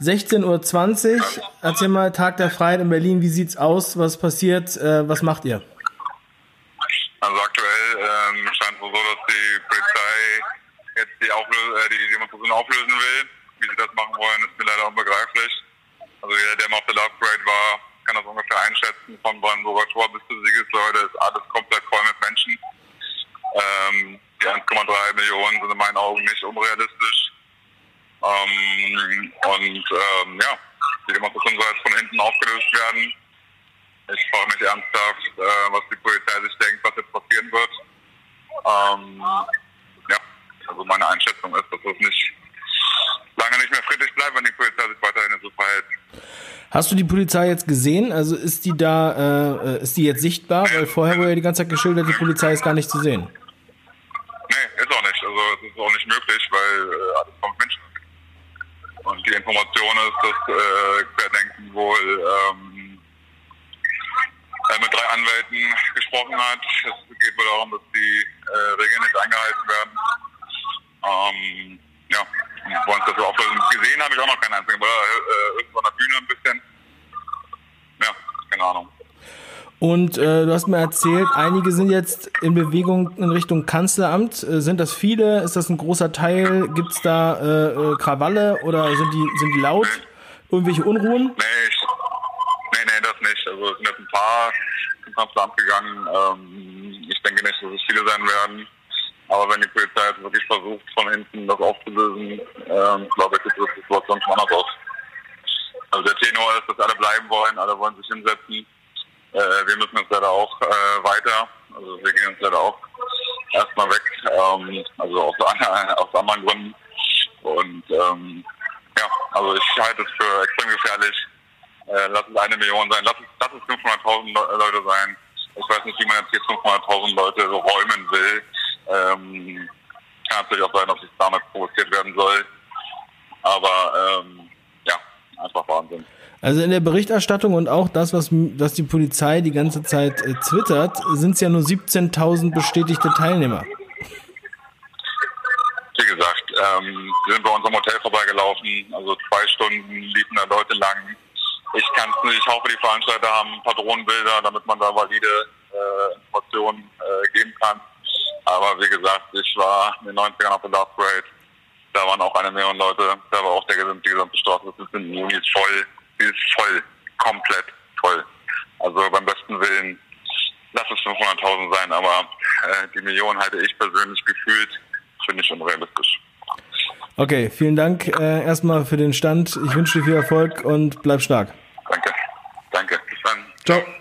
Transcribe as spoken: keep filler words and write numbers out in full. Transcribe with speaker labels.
Speaker 1: sechzehn Uhr zwanzig, erzähl mal, Tag der Freiheit in Berlin, wie sieht's aus, was passiert, äh, was macht ihr?
Speaker 2: Also aktuell ähm, scheint es so, dass die Polizei jetzt die, Auflös- äh, die Demonstration auflösen will. Wie sie das machen wollen, ist mir leider unbegreiflich. Also jeder, der mal auf der Love Parade war, kann das ungefähr einschätzen. Vom Brandenburger Tor bis zur Siegessäule ist alles komplett voll mit Menschen. Ähm, die eins Komma drei Millionen sind in meinen Augen nicht unrealistisch. Ähm, und ähm, ja, die Demonstration soll jetzt von hinten aufgelöst werden. Ich frage mich ernsthaft, äh, was die Polizei sich denkt, was jetzt passieren wird. Ähm, ja, also meine Einschätzung ist, dass es nicht lange nicht mehr friedlich bleibt, wenn die Polizei sich weiterhin so verhält.
Speaker 1: Hast du die Polizei jetzt gesehen? Also ist die da, äh, ist die jetzt sichtbar? Weil vorher wurde ja die ganze Zeit geschildert, die Polizei ist gar nicht zu sehen.
Speaker 2: Nee, ist auch nicht. Also es ist auch nicht möglich, weil äh, alles von Menschen ist. Und die Information ist, dass äh, Querdenken wohl ähm, äh, mit drei Anwälten gesprochen hat. Es geht wohl darum, dass die äh, Regeln nicht eingehalten werden. Ähm, ja, und wollen es dafür auflösen. Gesehen habe ich auch noch keinen einzigen, aber äh, irgendwo an der Bühne ein bisschen. Ja, keine Ahnung.
Speaker 1: Und äh, du hast mir erzählt, einige sind jetzt in Bewegung in Richtung Kanzleramt. Äh, sind das viele? Ist das ein großer Teil? Gibt es da äh, Krawalle oder sind die sind die laut? Nee. Irgendwelche Unruhen?
Speaker 2: Nee, ich, nee, nee, das nicht. Also es sind jetzt ein paar zum Kanzleramt gegangen. Ähm, ich denke nicht, dass es viele sein werden. Aber wenn die Polizei jetzt wirklich versucht, von hinten das aufzulösen, ähm, glaube ich, sieht die Situation schon anders aus. Also der Tenor ist, dass alle bleiben wollen, alle wollen sich hinsetzen. Äh, wir müssen jetzt leider auch äh, weiter. Also wir gehen jetzt leider auch erstmal weg, ähm, also aus, aus anderen Gründen. Und ähm, ja, also ich halte es für extrem gefährlich. Äh, lass es eine Million sein, lass es, lass es fünfhunderttausend Leute sein. Ich weiß nicht, wie man jetzt hier fünfhunderttausend Leute räumen will. Ähm, kann natürlich auch sein, dass es damit provoziert werden soll. Aber ähm, ja, einfach Wahnsinn.
Speaker 1: Also in der Berichterstattung und auch das, was, was die Polizei die ganze Zeit äh, twittert, sind es ja nur siebzehntausend bestätigte Teilnehmer.
Speaker 2: Wie gesagt, ähm, wir sind bei unserem Hotel vorbeigelaufen, also zwei Stunden liefen da Leute lang. Ich kann's nicht, ich hoffe, die Veranstalter haben ein paar Drohnenbilder, damit man da valide äh, Informationen äh, geben kann. Aber wie gesagt, ich war in den neunzigern auf der Love Parade, da waren auch eine Million Leute, da war auch der gesamte, die gesamte Straße, das ist in Juni ist voll, die ist voll, komplett voll. Also beim besten Willen, lass es fünfhunderttausend sein, aber äh, die Million halte ich persönlich gefühlt, finde ich unrealistisch.
Speaker 1: Okay, vielen Dank äh, erstmal für den Stand. Ich wünsche dir viel Erfolg und bleib stark.
Speaker 2: Danke, danke, bis dann.
Speaker 1: Ciao.